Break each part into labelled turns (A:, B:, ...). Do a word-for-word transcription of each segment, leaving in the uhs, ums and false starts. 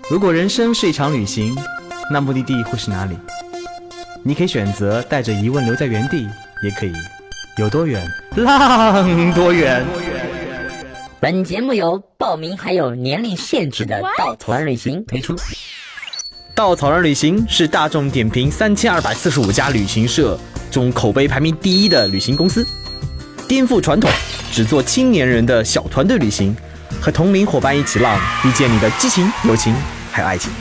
A: 如果人生是一场旅行，那目的地会是哪里？你可以选择带着疑问留在原地，也可以有多远浪多远。
B: 本节目由报名还有年龄限制的稻草人旅行推出。
A: 稻草人旅行是大众点评三千二百四十五家旅行社中口碑排名第一的旅行公司，颠覆传统，只做青年人的小团队旅行，和同龄伙伴一起浪，遇见你的激情、友情还有爱情。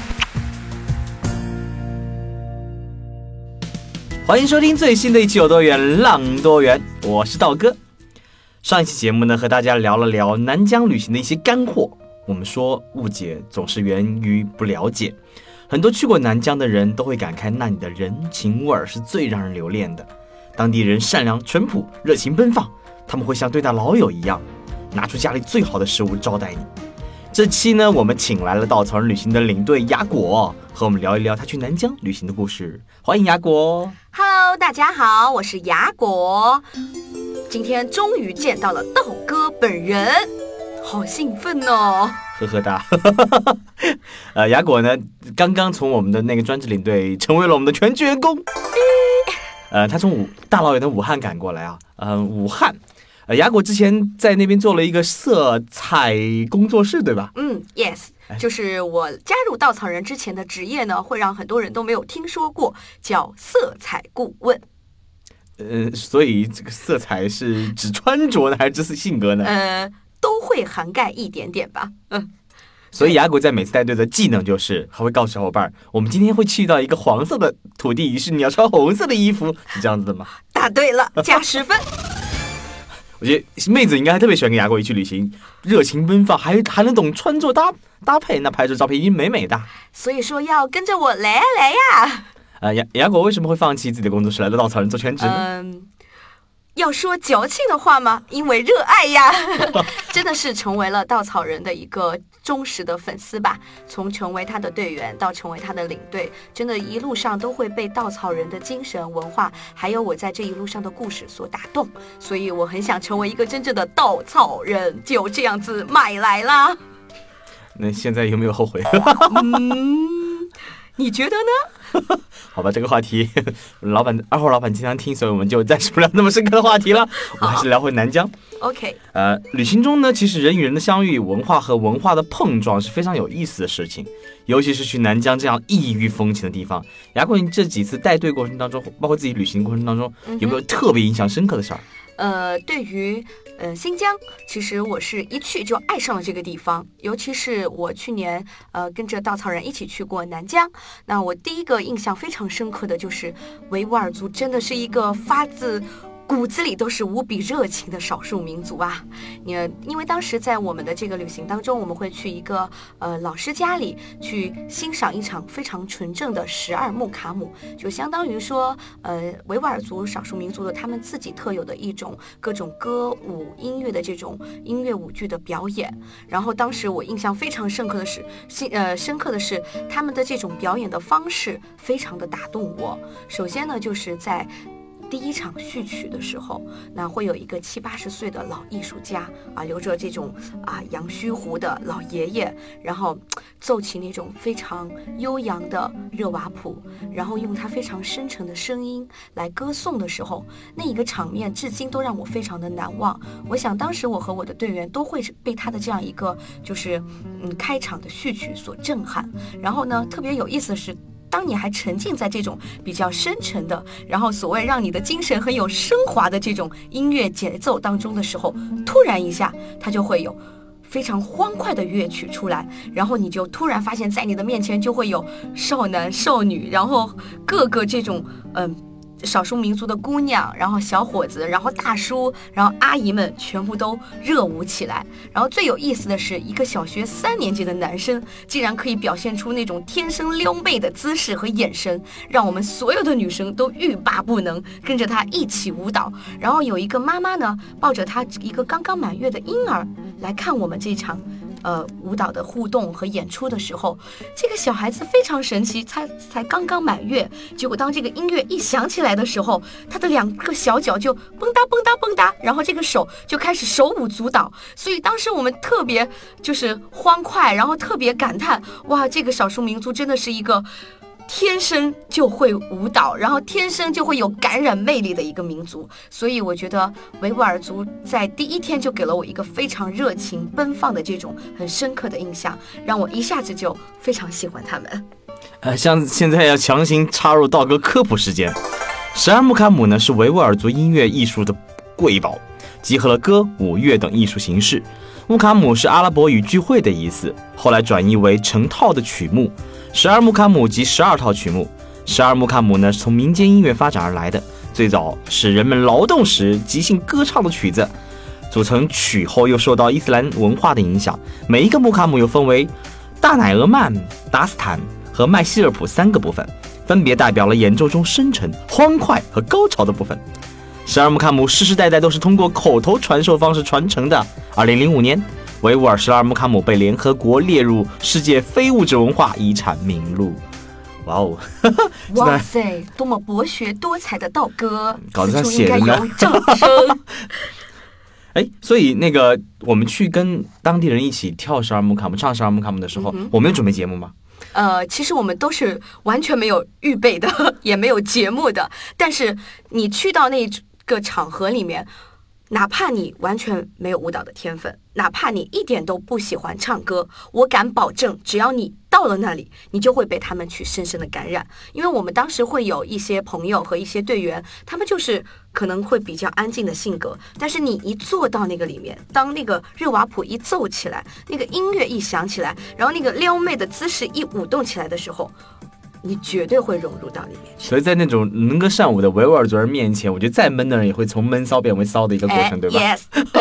A: 欢迎收听最新的一期有多远浪多远，我是道哥。上一期节目呢，和大家聊了聊南疆旅行的一些干货。我们说误解总是源于不了解，很多去过南疆的人都会感慨，那里的人情味是最让人留恋的。当地人善良淳朴，热情奔放，他们会像对待老友一样，拿出家里最好的食物招待你。这期呢，我们请来了稻草人旅行的领队雅果，和我们聊一聊他去南疆旅行的故事。欢迎雅果。
C: Hello， 大家好，我是雅果。今天终于见到了道哥本人，好兴奋哦！
A: 呵呵哒。呃，雅果呢，刚刚从我们的那个专职领队成为了我们的全职员工。呃，他从武大老远的武汉赶过来啊，呃，武汉。呃，雅果之前在那边做了一个色彩工作室，对吧？
C: 嗯 ，yes， 就是我加入稻草人之前的职业呢，会让很多人都没有听说过，叫色彩顾问。
A: 呃，所以这个色彩是指穿着呢，还是指性格呢？
C: 呃，都会涵盖一点点吧。嗯。
A: 所以雅果在每次带队的技能就是，还会告诉小伙伴，我们今天会去到一个黄色的土地，于是你要穿红色的衣服，是这样子的吗？
C: 答对了，加十分。
A: 我觉得妹子应该还特别喜欢跟雅果一起旅行，热情奔放，还还能懂穿着搭搭配，那拍出照片一定美美的。
C: 所以说要跟着我来呀来呀。
A: 呃，雅雅果为什么会放弃自己的工作室来到稻草人做全职呢？
C: 嗯，要说矫情的话吗？因为热爱呀，真的是成为了稻草人的一个忠实的粉丝吧。从成为他的队员到成为他的领队，真的一路上都会被稻草人的精神文化，还有我在这一路上的故事所打动。所以我很想成为一个真正的稻草人，就这样子买来啦。
A: 那现在有没有后悔？
C: 嗯，你觉得呢？
A: 好吧，这个话题，老板二号老板经常听，所以我们就暂时不聊那么深刻的话题了。我还是聊回南疆。
C: OK，
A: 呃，旅行中呢，其实人与人的相遇，文化和文化的碰撞是非常有意思的事情，尤其是去南疆这样异域风情的地方。雅果，你这几次带队过程当中，包括自己旅行过程当中，有没有特别印象深刻的事儿？
C: 呃，对于呃新疆，其实我是一去就爱上了这个地方，尤其是我去年呃跟着稻草人一起去过南疆，那我第一个印象非常深刻的就是维吾尔族真的是一个发自骨子里都是无比热情的少数民族啊！你因为当时在我们的这个旅行当中，我们会去一个呃老师家里去欣赏一场非常纯正的十二木卡姆，就相当于说呃维吾尔族少数民族的他们自己特有的一种各种歌舞音乐的这种音乐舞剧的表演。然后当时我印象非常深刻的是，呃深刻的是他们的这种表演的方式非常的打动我。首先呢，就是在第一场序曲的时候，那会有一个七八十岁的老艺术家啊，留着这种啊羊须胡的老爷爷，然后奏起那种非常悠扬的热瓦普，然后用他非常深沉的声音来歌颂的时候，那一个场面至今都让我非常的难忘。我想当时我和我的队员都会被他的这样一个就是嗯开场的序曲所震撼。然后呢，特别有意思的是，当你还沉浸在这种比较深沉的，然后所谓让你的精神很有升华的这种音乐节奏当中的时候，突然一下它就会有非常欢快的乐曲出来，然后你就突然发现在你的面前就会有少男少女，然后各个这种嗯少数民族的姑娘，然后小伙子，然后大叔，然后阿姨们全部都热舞起来。然后最有意思的是，一个小学三年级的男生竟然可以表现出那种天生撩妹的姿势和眼神，让我们所有的女生都欲罢不能，跟着他一起舞蹈。然后有一个妈妈呢，抱着她一个刚刚满月的婴儿来看我们这场呃舞蹈的互动和演出的时候，这个小孩子非常神奇，才才刚刚满月，结果当这个音乐一响起来的时候，他的两个小脚就蹦哒蹦哒蹦哒，然后这个手就开始手舞足蹈，所以当时我们特别就是欢快，然后特别感叹，哇，这个少数民族真的是一个天生就会舞蹈，然后天生就会有感染魅力的一个民族。所以我觉得维吾尔族在第一天就给了我一个非常热情奔放的这种很深刻的印象，让我一下子就非常喜欢他们。
A: 呃，像现在要强行插入道哥科普时间，十二木卡姆呢是维吾尔族音乐艺术的瑰宝，集合了歌舞乐等艺术形式。木卡姆是阿拉伯语聚会的意思，后来转译为成套的曲目。十二木卡姆即十二套曲目。十二木卡姆呢是从民间音乐发展而来的，最早是人们劳动时即兴歌唱的曲子，组成曲后又受到伊斯兰文化的影响。每一个木卡姆又分为大乃俄曼、达斯坦和麦希尔普三个部分，分别代表了演奏中深沉、欢快和高潮的部分。十二木卡姆世世代代都是通过口头传授方式传承的。二零零五年，维吾尔十二木卡姆被联合国列入世界非物质文化遗产名录。哇哦！
C: 哇塞，多么博学多才的道哥，
A: 稿子上
C: 此处应该
A: 写的呢
C: 有掌声。
A: 哎，所以那个我们去跟当地人一起跳十二木卡姆、唱十二木卡姆的时候，嗯、我们有准备节目吗？
C: 呃，其实我们都是完全没有预备的，也没有节目的。但是你去到那个场合里面，哪怕你完全没有舞蹈的天分，哪怕你一点都不喜欢唱歌，我敢保证，只要你到了那里，你就会被他们去深深的感染。因为我们当时会有一些朋友和一些队员，他们就是可能会比较安静的性格，但是你一坐到那个里面，当那个热瓦普一奏起来，那个音乐一响起来，然后那个撩妹的姿势一舞动起来的时候，你绝对会融入到里面去。
A: 所以在那种能歌善舞的维吾尔族人面前，我觉得再闷的人也会从闷骚变为骚的一个过程，
C: 哎、
A: 对吧
C: ？Yes 。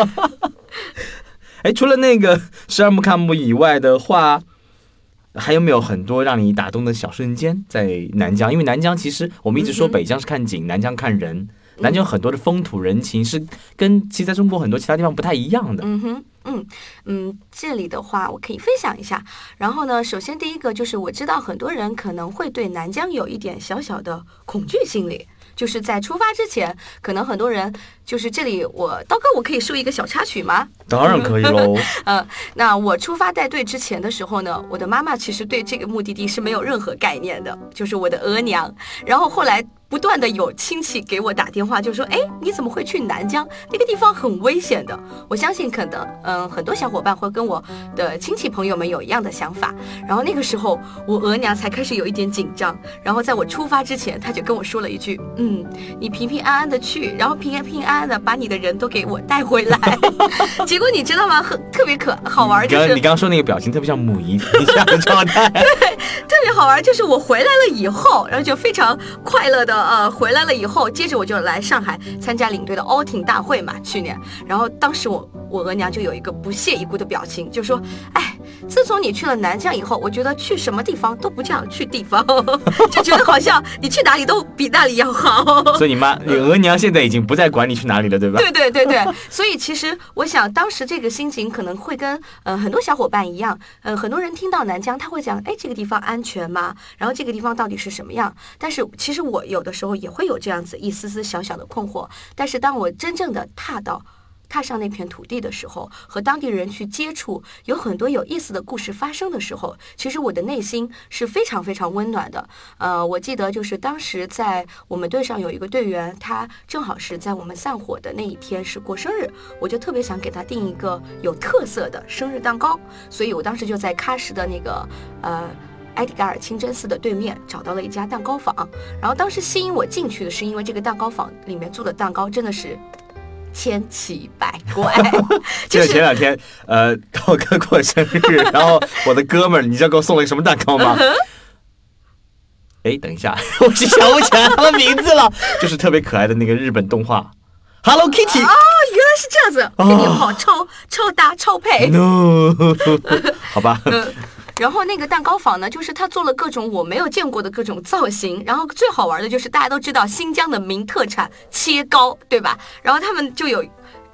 A: 哎，除了那个十二木卡姆以外的话，还有没有很多让你打动的小瞬间在南疆？因为南疆其实我们一直说北疆是看景，嗯、南疆看人。南疆有很多的风土人情是跟其实在中国很多其他地方不太一样的。
C: 嗯哼，嗯嗯，这里的话我可以分享一下。然后呢，首先第一个就是我知道很多人可能会对南疆有一点小小的恐惧心理。就是在出发之前，可能很多人就是这里我刀哥，我可以说一个小插曲吗？
A: 当然可以喽。
C: 呃，那我出发带队之前的时候呢，我的妈妈其实对这个目的地是没有任何概念的，就是我的额娘。然后后来不断的有亲戚给我打电话，就说：“哎，你怎么会去南疆？那个地方很危险的。”我相信可能，嗯，很多小伙伴会跟我的亲戚朋友们有一样的想法。然后那个时候，我额娘才开始有一点紧张。然后在我出发之前，她就跟我说了一句：“嗯，你平平安安的去，然后平安平安的把你的人都给我带回来。”结果你知道吗？很特别可好玩，就是
A: 你刚刚说那个表情特别像母仪一下的状态。
C: 对，特别好玩，就是我回来了以后，然后就非常快乐的呃回来了以后，接着我就来上海参加领队的 outing 大会嘛，去年。然后当时我我额娘就有一个不屑一顾的表情，就说：“哎，自从你去了南疆以后，我觉得去什么地方都不叫去地方，就觉得好像你去哪里都比那里要好。”
A: 所以你妈，你额娘现在已经不再管你去哪里了，对吧？
C: 对对对对，所以其实我想当时这个心情可能会跟呃很多小伙伴一样，呃很多人听到南疆他会讲，哎，这个地方安全吗？然后这个地方到底是什么样？但是其实我有的时候也会有这样子一丝丝小小的困惑，但是当我真正的踏到踏上那片土地的时候，和当地人去接触，有很多有意思的故事发生的时候，其实我的内心是非常非常温暖的。呃，我记得就是当时在我们队上有一个队员，他正好是在我们散伙的那一天是过生日，我就特别想给他订一个有特色的生日蛋糕，所以我当时就在喀什的那个呃埃迪嘎尔清真寺的对面找到了一家蛋糕坊，然后当时吸引我进去的是因为这个蛋糕坊里面做的蛋糕真的是千奇百怪。
A: 记得前两天，呃，道哥过生日，然后我的哥们儿，你知道给我送了一个什么蛋糕吗？哎、uh-huh. 等一下，我是想不起来他的名字了，就是特别可爱的那个日本动画 Hello Kitty。
C: 哦，原来是这样子，跟你好超超搭超配。
A: No， 好吧。
C: 然后那个蛋糕坊呢，就是他做了各种我没有见过的各种造型，然后最好玩的就是大家都知道新疆的名特产切糕，对吧？然后他们就有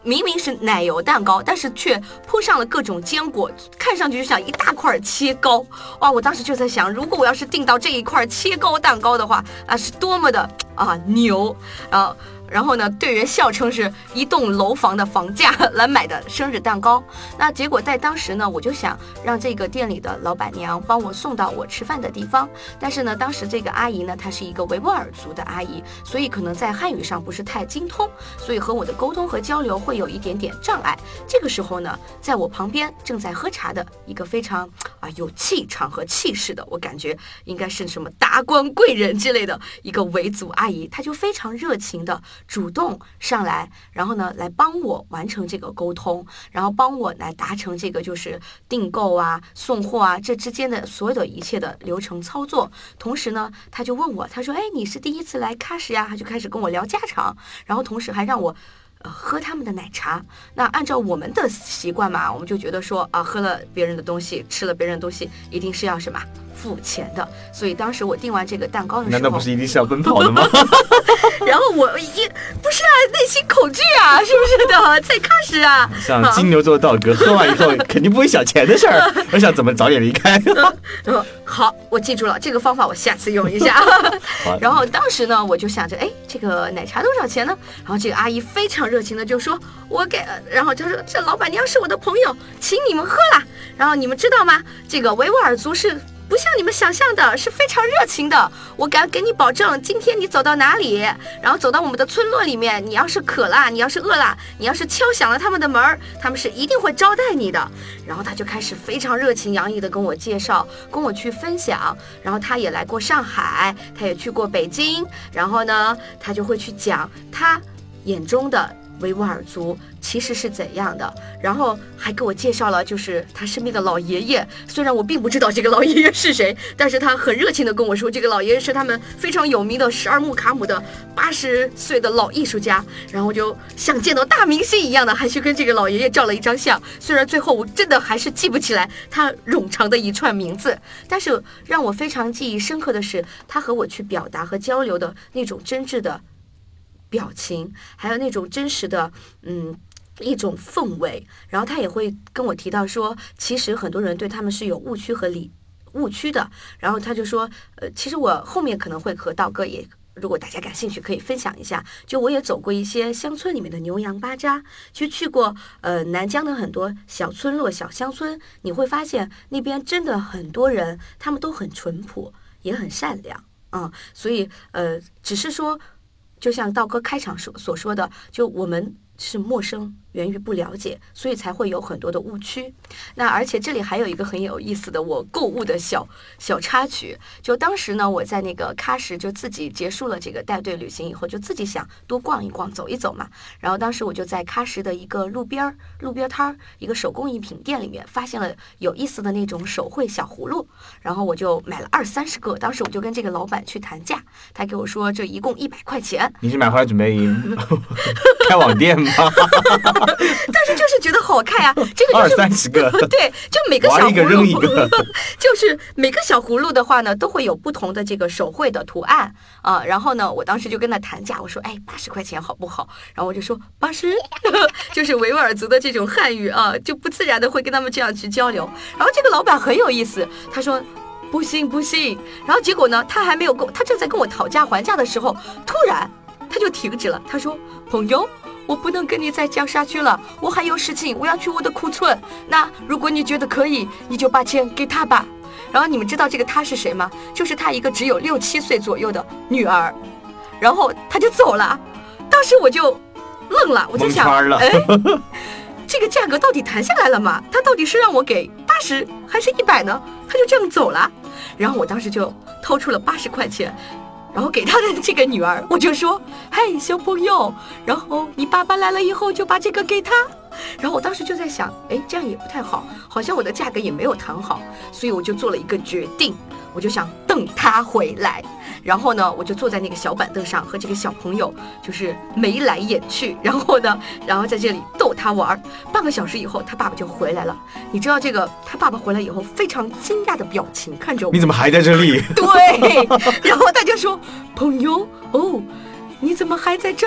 C: 明明是奶油蛋糕，但是却铺上了各种坚果，看上去就像一大块切糕。哇，我当时就在想，如果我要是订到这一块切糕蛋糕的话，啊，是多么的啊牛啊！然后呢，队员笑称是一栋楼房的房价来买的生日蛋糕。那结果在当时呢，我就想让这个店里的老板娘帮我送到我吃饭的地方。但是呢，当时这个阿姨呢，她是一个维吾尔族的阿姨，所以可能在汉语上不是太精通，所以和我的沟通和交流会有一点点障碍。这个时候呢，在我旁边正在喝茶的一个非常啊有气场和气势的，我感觉应该是什么达官贵人之类的一个维族阿姨，她就非常热情的主动上来，然后呢来帮我完成这个沟通，然后帮我来达成这个就是订购啊、送货啊这之间的所有的一切的流程操作。同时呢，他就问我，他说：“哎，你是第一次来喀什呀？”他就开始跟我聊家常，然后同时还让我。呃，喝他们的奶茶。那按照我们的习惯嘛，我们就觉得说啊，喝了别人的东西，吃了别人的东西，一定是要什么付钱的。所以当时我订完这个蛋糕的时候，
A: 难道不是一定是要奔跑的吗？
C: 然后我一不是啊，内心恐惧啊，是不是的？在喀什啊，
A: 像金牛座的道哥，喝完以后肯定不会想钱的事儿，我想怎么早点离开。
C: 嗯，好，我记住了这个方法，我下次用一下。然后当时呢，我就想着，哎，这个奶茶多少钱呢？然后这个阿姨非常热情的就说，我给，然后她说这老板娘是我的朋友，请你们喝啦。然后你们知道吗？这个维吾尔族是不像你们想象的，是非常热情的。我敢给你保证，今天你走到哪里，然后走到我们的村落里面，你要是渴了，你要是饿了，你要是敲响了他们的门，他们是一定会招待你的。然后他就开始非常热情洋溢的跟我介绍，跟我去分享。然后他也来过上海，他也去过北京，然后呢，他就会去讲他眼中的维吾尔族其实是怎样的，然后还给我介绍了就是他身边的老爷爷。虽然我并不知道这个老爷爷是谁，但是他很热情的跟我说，这个老爷爷是他们非常有名的十二木卡姆的八十岁的老艺术家。然后我就像见到大明星一样的，还去跟这个老爷爷照了一张相。虽然最后我真的还是记不起来他冗长的一串名字，但是让我非常记忆深刻的是，他和我去表达和交流的那种真挚的表情，还有那种真实的嗯一种氛围。然后他也会跟我提到说，其实很多人对他们是有误区和理误区的。然后他就说，呃，其实我后面可能会和道哥也，如果大家感兴趣可以分享一下，就我也走过一些乡村里面的牛羊巴扎，去去过呃南疆的很多小村落小乡村，你会发现那边真的很多人他们都很淳朴也很善良啊、嗯，所以呃只是说就像道哥开场所所说的，就我们是陌生，源于不了解，所以才会有很多的误区。那而且这里还有一个很有意思的我购物的小小插曲，就当时呢我在那个喀什就自己结束了这个带队旅行以后，就自己想多逛一逛走一走嘛。然后当时我就在喀什的一个路边路边摊儿一个手工艺品店里面发现了有意思的那种手绘小葫芦，然后我就买了二三十个。当时我就跟这个老板去谈价，他给我说这一共一百块钱。
A: 你是买回来准备开网店吗？
C: 但是就是觉得好看呀、啊，这个就是
A: 二三十个，
C: 对，就每个小葫芦
A: 玩一个扔一个，
C: 就是每个小葫芦的话呢，都会有不同的这个手绘的图案啊、呃。然后呢，我当时就跟他谈价，我说，哎，八十块钱好不好？然后我就说八十，就是维吾尔族的这种汉语啊，就不自然的会跟他们这样去交流。然后这个老板很有意思，他说不行不行，然后结果呢，他还没有跟他正在跟我讨价还价的时候，突然他就停止了，他说朋友，我不能跟你再讲下去了，我还有事情，我要去我的库存。那如果你觉得可以，你就把钱给他吧。然后你们知道这个他是谁吗？就是他一个只有六七岁左右的女儿。然后他就走了，当时我就愣了，我就想，哎，这个价格到底谈下来了吗？他到底是让我给八十还是一百呢？他就这样走了。然后我当时就掏出了八十块钱。然后给他的这个女儿，我就说，嘿，小朋友，然后你爸爸来了以后就把这个给他。然后我当时就在想，哎，这样也不太好，好像我的价格也没有谈好，所以我就做了一个决定，我就想等他回来。然后呢，我就坐在那个小板凳上和这个小朋友就是眉来眼去，然后呢，然后在这里逗他玩。半个小时以后，他爸爸就回来了。你知道这个他爸爸回来以后非常惊讶的表情看着我，
A: 你怎么还在这里？
C: 对，然后他就说，朋友，哦，你怎么还在这儿？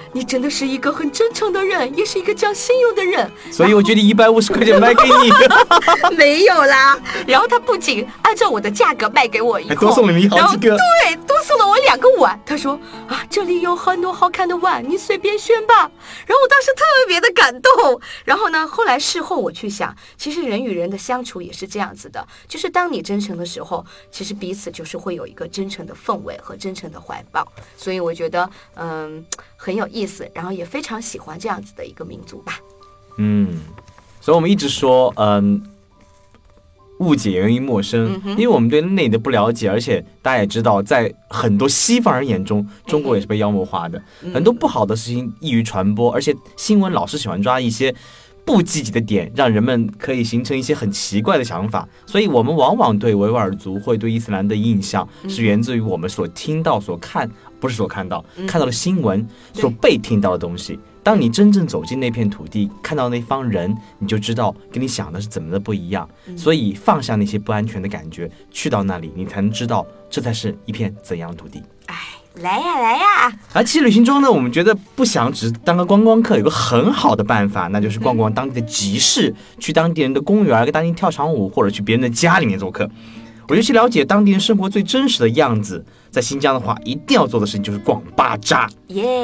C: 你真的是一个很真诚的人，也是一个讲信用的人，
A: 所以我决定一百五十块钱卖给你。
C: 没有啦，然后他不仅按照我的价格卖给我以后，
A: 还多送了你好几个，
C: 对，多送了我两个碗。他说啊，这里有很多好看的碗，你随便选吧。然后我当时特别的感动。然后呢，后来事后我去想，其实人与人的相处也是这样子的，就是当你真诚的时候，其实彼此就是会有一个真诚的氛围和真诚的怀抱。所以我觉得嗯很有意思，然后也非常喜欢这样子的一个民族吧。
A: 嗯，所以我们一直说嗯误解源于陌生、嗯、因为我们对内的不了解，而且大家也知道在很多西方人眼中中国也是被妖魔化的、嗯、很多不好的事情易于传播，而且新闻老是喜欢抓一些不积极的点，让人们可以形成一些很奇怪的想法。所以我们往往对维吾尔族会对伊斯兰的印象是源自于我们所听到所看，不是所看到看到的新闻所被听到的东西。当你真正走进那片土地，看到那方人，你就知道跟你想的是怎么的不一样。所以放下那些不安全的感觉，去到那里，你才能知道这才是一片怎样的土地。
C: 哎，来呀来呀！
A: 而其实旅行中呢，我们觉得不想只当个观光客，有个很好的办法，那就是逛逛当地的集市，去当地人的公园跟当地跳场舞，或者去别人的家里面做客。我就去了解当地人生活最真实的样子。在新疆的话，一定要做的事情就是逛巴扎。
C: 耶、yeah ！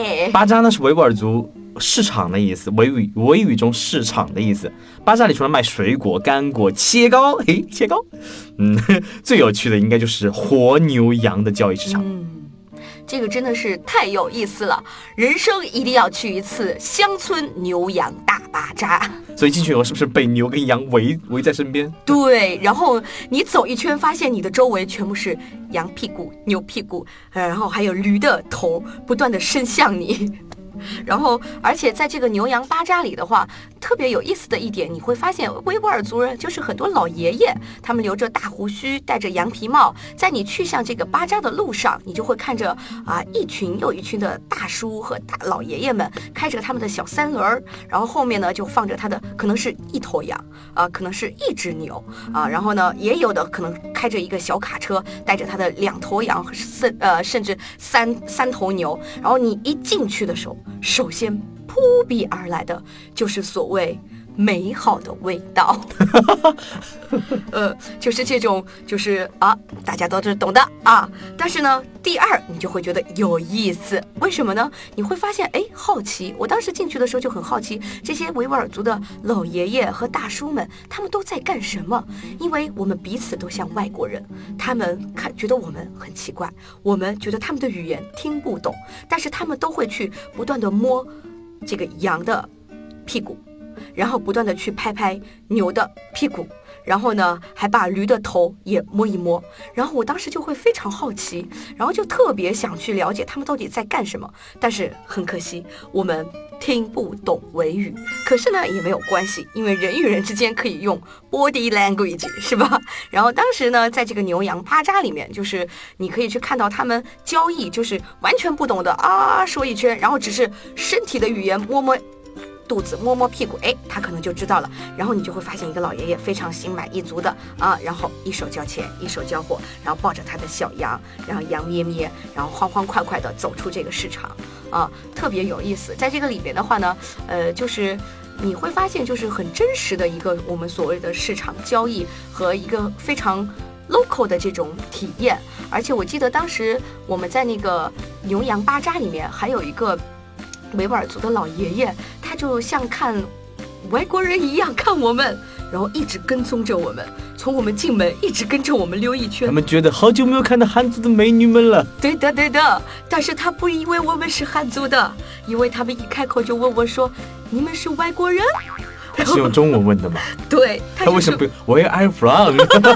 A: 巴扎呢是维吾尔族市场的意思，维语维语中市场的意思。巴扎里除了卖水果、干果、切糕，嘿，切糕，嗯，最有趣的应该就是活牛羊的交易市场。
C: 嗯，这个真的是太有意思了，人生一定要去一次乡村牛羊大巴扎。
A: 所以进去以后是不是被牛跟羊围围在身边？
C: 对，然后你走一圈，发现你的周围全部是羊屁股、牛屁股，然后还有驴的头不断的伸向你。然后而且在这个牛羊巴扎里的话，特别有意思的一点，你会发现维吾尔族人就是很多老爷爷，他们留着大胡须，戴着羊皮帽，在你去向这个巴扎的路上，你就会看着啊一群又一群的大叔和大老爷爷们开着他们的小三轮，然后后面呢就放着他的可能是一头羊啊，可能是一只牛啊，然后呢也有的可能开着一个小卡车，带着他的两头羊和甚呃甚至三三头牛，然后你一进去的时候，首先扑鼻而来的就是所谓美好的味道。呃，就是这种就是啊，大家都是懂的啊。但是呢，第二你就会觉得有意思，为什么呢？你会发现，哎，好奇。我当时进去的时候就很好奇，这些维吾尔族的老爷爷和大叔们，他们都在干什么？因为我们彼此都像外国人，他们看觉得我们很奇怪，我们觉得他们的语言听不懂，但是他们都会去不断的摸这个羊的屁股，然后不断的去拍拍牛的屁股，然后呢还把驴的头也摸一摸，然后我当时就会非常好奇，然后就特别想去了解他们到底在干什么。但是很可惜我们听不懂维语，可是呢也没有关系，因为人与人之间可以用 body language 是吧？然后当时呢在这个牛羊巴扎里面，就是你可以去看到他们交易，就是完全不懂的啊说一圈，然后只是身体的语言摸摸肚子摸摸屁股，哎，他可能就知道了。然后你就会发现一个老爷爷非常心满意足的啊，然后一手交钱一手交货，然后抱着他的小羊，然后羊咩咩，然后欢欢快快的走出这个市场啊，特别有意思。在这个里边的话呢，呃，就是你会发现就是很真实的一个我们所谓的市场交易和一个非常local 的这种体验。而且我记得当时我们在那个牛羊巴扎里面还有一个维吾尔族的老爷爷，他就像看外国人一样看我们，然后一直跟踪着我们，从我们进门一直跟着我们溜一圈。
A: 他们觉得好久没有看到汉族的美女们了。
C: 对的对的，但是他不以为我们是汉族的，因为他们一开口就问我说，你们是外国人？
A: 他是用中文问的吗？
C: 对，他,
A: 他为什么不 Where are you from？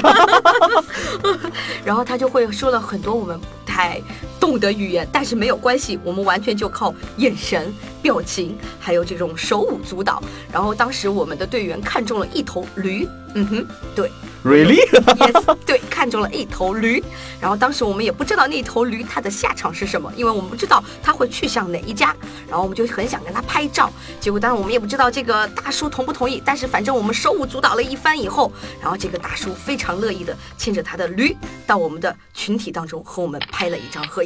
C: 然后他就会说了很多我们不太懂的语言，但是没有关系，我们完全就靠眼神、表情还有这种手舞足蹈。然后当时我们的队员看中了一头驴，嗯哼，对。
A: Really?
C: Yes， 对，看中了一头驴。然后当时我们也不知道那头驴它的下场是什么，因为我们不知道它会去向哪一家。然后我们就很想跟他拍照，结果当然我们也不知道这个大叔同不同意，但是反正我们手舞足蹈了一番以后，然后这个大叔非常乐意的牵着他的驴到我们的群体当中和我们拍了一张合影。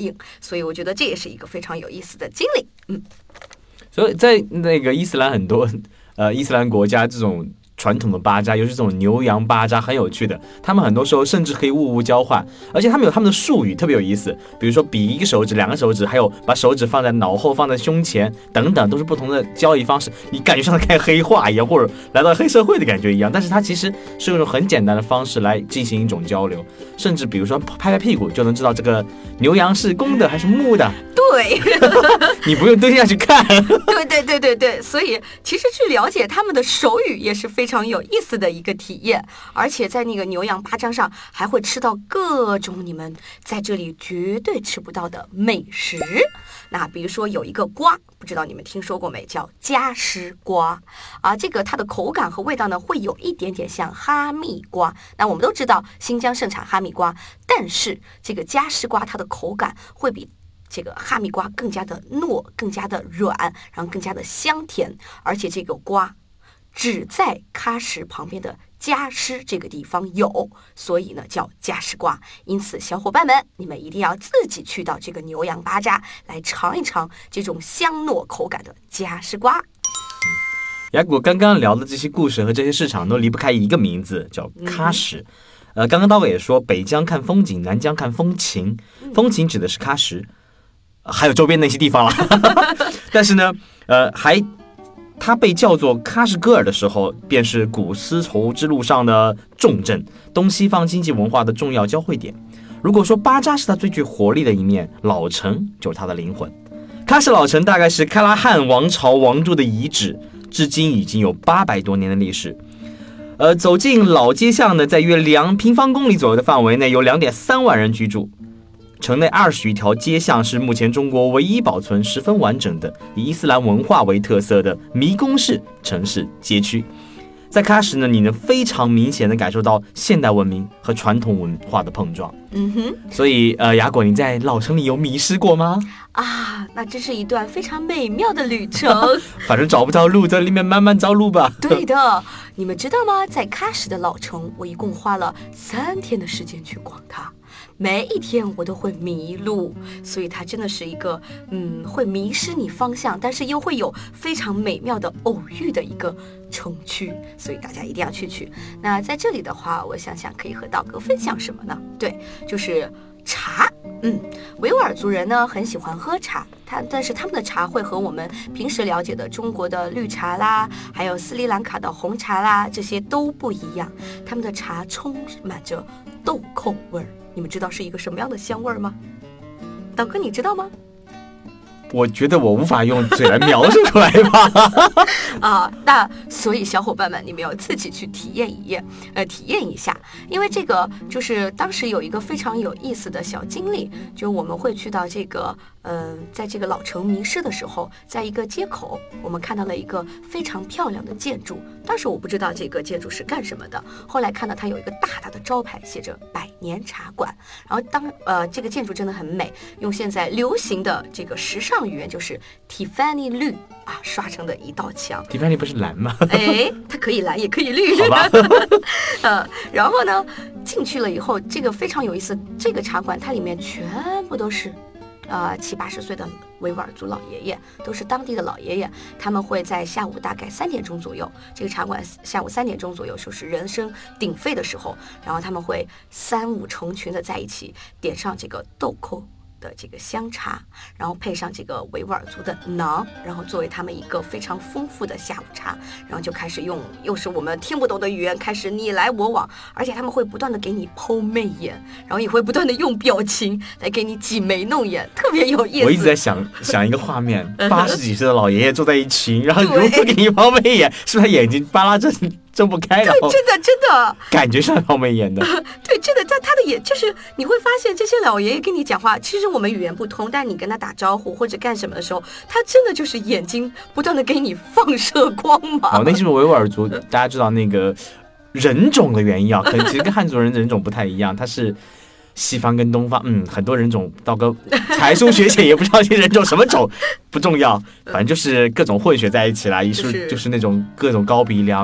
C: 应，所以我觉得这也是一个非常有意思的经历。嗯，
A: 所以在那个伊斯兰很多呃伊斯兰国家这种传统的巴扎，尤其是这种牛羊巴扎很有趣的，他们很多时候甚至可以物物交换，而且他们有他们的术语特别有意思，比如说比一个手指、两个手指，还有把手指放在脑后、放在胸前等等，都是不同的交易方式，你感觉像在看黑话一样，或者来到黑社会的感觉一样，但是它其实是用一种很简单的方式来进行一种交流，甚至比如说拍拍屁股就能知道这个牛羊是公的还是母的，
C: 对，
A: 你不用蹲下去看。
C: 对对对对对，所以其实去了解他们的手语也是非常有意思的一个体验，而且在那个牛羊巴扎上还会吃到各种你们在这里绝对吃不到的美食。那比如说有一个瓜，不知道你们听说过没，叫加湿瓜啊，这个它的口感和味道呢会有一点点像哈密瓜。那我们都知道新疆盛产哈密瓜，但是这个加湿瓜它的口感会比这个哈密瓜更加的糯，更加的软，然后更加的香甜，而且这个瓜只在喀什旁边的加湿这个地方有，所以呢叫加湿瓜。因此小伙伴们，你们一定要自己去到这个牛羊巴扎来尝一尝这种香糯口感的加湿瓜。
A: 雅果刚刚聊的这些故事和这些市场都离不开一个名字，叫喀什。嗯、呃，刚刚刀哥也说，北疆看风景，南疆看风情。风情指的是喀什，还有周边那些地方了。但是呢，呃，还它被叫做喀什噶尔的时候，便是古丝绸之路上的重镇，东西方经济文化的重要交汇点。如果说巴扎是它最具活力的一面，老城就是它的灵魂。喀什老城大概是开拉汗王朝王都的遗址，至今已经有八百多年的历史。呃，走进老街巷呢，在约两平方公里左右的范围内，有两点三万人居住。城内二十余条街巷是目前中国唯一保存十分完整的以伊斯兰文化为特色的迷宫式城市街区。在喀什呢，你能非常明显的感受到现代文明和传统文化的碰撞。
C: 嗯哼，
A: 所以呃，雅果，你在老城里有迷失过吗？
C: 啊，那这是一段非常美妙的旅程。
A: 反正找不到路，在里面慢慢找路吧。
C: 对的，你们知道吗？在喀什的老城，我一共花了三天的时间去逛它。每一天我都会迷路，所以它真的是一个嗯，会迷失你方向，但是又会有非常美妙的偶遇的一个城区，所以大家一定要去去。那在这里的话，我想想可以和道哥分享什么呢？对，就是茶。嗯，维吾尔族人呢很喜欢喝茶，他但是他们的茶会和我们平时了解的中国的绿茶啦，还有斯里兰卡的红茶啦，这些都不一样。他们的茶充满着豆蔻味儿，你们知道是一个什么样的香味儿吗？导哥，你知道吗？
A: 我觉得我无法用嘴来描述出来吧。
C: 啊，那所以小伙伴们，你们要自己去体验一验，呃，体验一下，因为这个就是当时有一个非常有意思的小经历，就我们会去到这个，呃，在这个老城迷失的时候，在一个街口，我们看到了一个非常漂亮的建筑，当时我不知道这个建筑是干什么的，后来看到它有一个大大的招牌，写着百年茶馆，然后当呃这个建筑真的很美，用现在流行的这个时尚语言就是 Tiffany 绿啊刷成的一道墙。
A: Tiffany 不是蓝吗？
C: 哎，它可以蓝也可以绿，
A: 好吧。
C: 呃，然后呢，进去了以后，这个非常有意思，这个茶馆它里面全部都是呃七八十岁的维吾尔族老爷爷，都是当地的老爷爷，他们会在下午大概三点钟左右，这个茶馆下午三点钟左右就是人声鼎沸的时候，然后他们会三五成群的在一起点上这个豆蔻的这个香茶，然后配上这个维吾尔族的馕，然后作为他们一个非常丰富的下午茶，然后就开始用又是我们听不懂的语言开始你来我往，而且他们会不断的给你抛媚眼，然后也会不断的用表情来给你挤眉弄眼，特别有意思。
A: 我一直在想想一个画面，八十几岁的老爷爷坐在一群，然后如何给你抛媚眼，是不是他眼睛巴拉正睁不开，然后
C: 对，真的真的
A: 感觉像抛媚眼的。
C: 对，真的在他的眼，就是你会发现这些老爷爷跟你讲话，其实我们语言不通，但你跟他打招呼或者干什么的时候，他真的就是眼睛不断的给你放射光芒。
A: 哦，那是维吾尔族，大家知道那个人种的原因啊，可能其实跟汉族人的人种不太一样，它是西方跟东方，嗯，很多人种，道哥才疏学浅也不知道这些人种什么种，不重要，反正就是各种混血在一起啦，一是就是那种各种高鼻梁、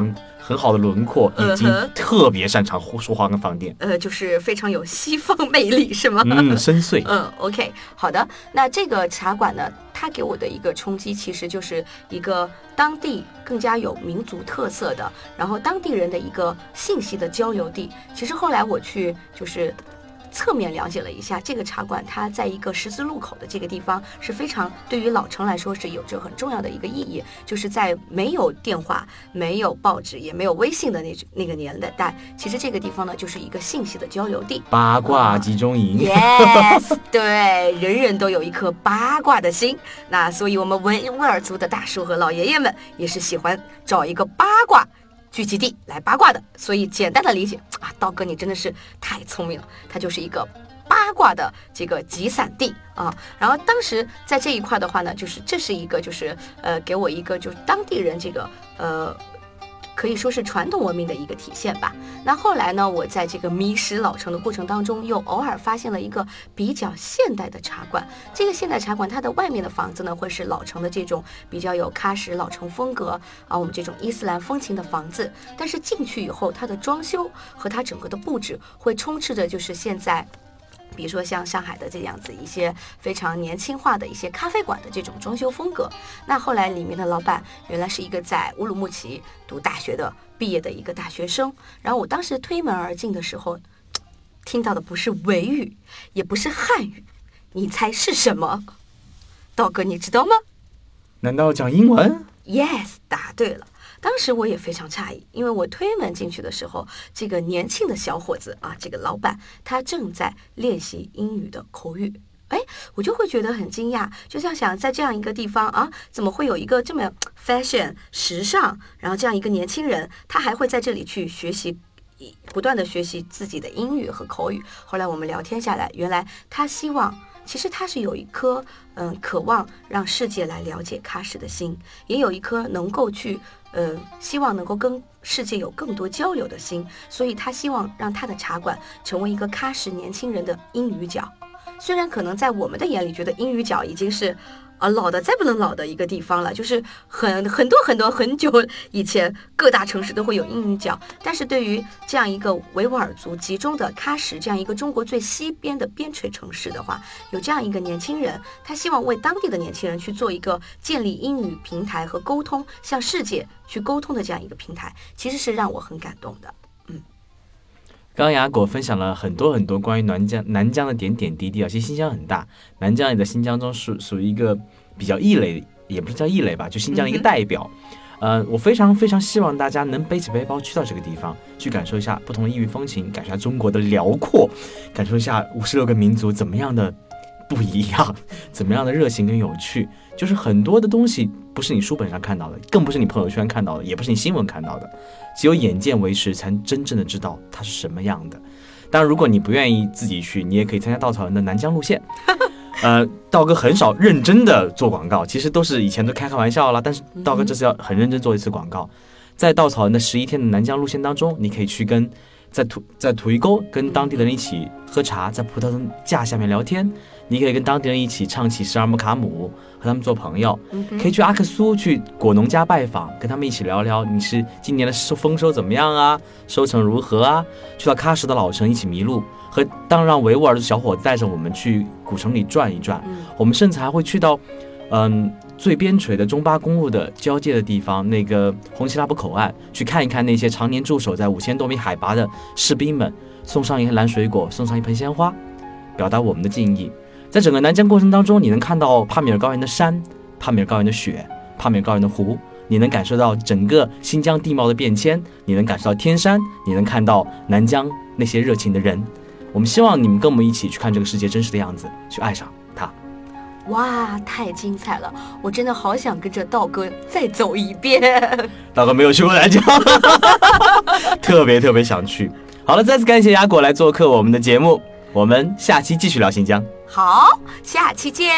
A: 很好的轮廓，以及特别擅长说话跟放电，
C: 呃，就是非常有西方魅力，是吗？
A: 嗯，深邃。
C: 嗯 ，OK， 好的。那这个茶馆呢，它给我的一个冲击，其实就是一个当地更加有民族特色的，然后当地人的一个信息的交流地。其实后来我去就是侧面了解了一下，这个茶馆它在一个十字路口的这个地方是非常对于老城来说是有着很重要的一个意义，就是在没有电话、没有报纸、也没有微信的那那个年代，其实这个地方呢就是一个信息的交流地，
A: 八卦集中营。
C: 嗯、yes， 对，人人都有一颗八卦的心。那所以我们维吾尔族的大叔和老爷爷们也是喜欢找一个八卦聚集地来八卦的，所以简单的理解啊，道哥你真的是太聪明了，它就是一个八卦的这个集散地啊。然后当时在这一块的话呢，就是这是一个就是呃给我一个就是当地人这个呃可以说是传统文明的一个体现吧。那后来呢，我在这个迷失老城的过程当中，又偶尔发现了一个比较现代的茶馆。这个现代茶馆它的外面的房子呢，会是老城的这种比较有喀什老城风格啊，我们这种伊斯兰风情的房子。但是进去以后，它的装修和它整个的布置会充斥着就是现在比如说像上海的这样子一些非常年轻化的一些咖啡馆的这种装修风格。那后来里面的老板原来是一个在乌鲁木齐读大学的毕业的一个大学生，然后我当时推门而进的时候，听到的不是维语，也不是汉语，你猜是什么？道哥你知道吗？
A: 难道讲英文？
C: Yes， 答对了。当时我也非常诧异，因为我推门进去的时候，这个年轻的小伙子啊，这个老板他正在练习英语的口语。哎，我就会觉得很惊讶，就像想在这样一个地方啊，怎么会有一个这么 fashion 时尚，然后这样一个年轻人，他还会在这里去学习，不断的学习自己的英语和口语。后来我们聊天下来，原来他希望。其实他是有一颗嗯渴望让世界来了解喀什的心，也有一颗能够去呃希望能够跟世界有更多交流的心，所以他希望让他的茶馆成为一个喀什年轻人的英语角。虽然可能在我们的眼里觉得英语角已经是啊老的再不能老的一个地方了，就是很很多很多很久以前各大城市都会有英语角，但是对于这样一个维吾尔族集中的喀什这样一个中国最西边的边陲城市的话，有这样一个年轻人，他希望为当地的年轻人去做一个建立英语平台和沟通，向世界去沟通的这样一个平台，其实是让我很感动的。
A: 刚刚雅果分享了很多很多关于南疆南疆的点点滴滴啊，其实新疆很大，南疆也在新疆中属属于一个比较异类，也不是叫异类吧，就新疆的一个代表。嗯、呃，我非常非常希望大家能背起背包去到这个地方，去感受一下不同的异域风情，感受一下中国的辽阔，感受一下五十六个民族怎么样的不一样，怎么样的热情跟有趣。就是很多的东西不是你书本上看到的，更不是你朋友圈看到的，也不是你新闻看到的，只有眼见为实，才真正的知道它是什么样的。当然如果你不愿意自己去，你也可以参加稻草人的南疆路线。呃，道哥很少认真的做广告，其实都是以前都开开玩笑啦，但是道哥这次要很认真做一次广告。在稻草人的十一天的南疆路线当中，你可以去跟在土在土峪沟跟当地的人一起喝茶，在葡萄架下面聊天，你可以跟当地人一起唱起十二木卡姆，和他们做朋友，可以去阿克苏去果农家拜访，跟他们一起聊聊你是今年的丰收怎么样啊，收成如何啊，去到喀什的老城一起迷路，和当让维吾尔的小伙子带着我们去古城里转一转，我们甚至还会去到嗯最边陲的中巴公路的交界的地方，那个红旗拉卜口岸，去看一看那些常年驻守在五千多米海拔的士兵们，送上一篮水果，送上一盆鲜花，表达我们的敬意。在整个南疆过程当中，你能看到帕米尔高原的山，帕米尔高原的雪，帕米尔高原的湖，你能感受到整个新疆地貌的变迁，你能感受到天山，你能看到南疆那些热情的人。我们希望你们跟我们一起去看这个世界真实的样子，去爱上它。
C: 哇，太精彩了！我真的好想跟着道哥再走一遍。
A: 道哥没有去过南疆，特别特别想去。好了，再次感谢雅果来做客我们的节目，我们下期继续聊新疆。
C: 好，下期见。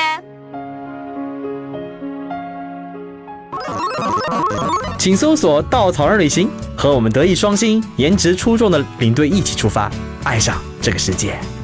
A: 请搜索稻草人旅行，和我们德艺双馨、颜值出众的领队一起出发，爱上这个世界。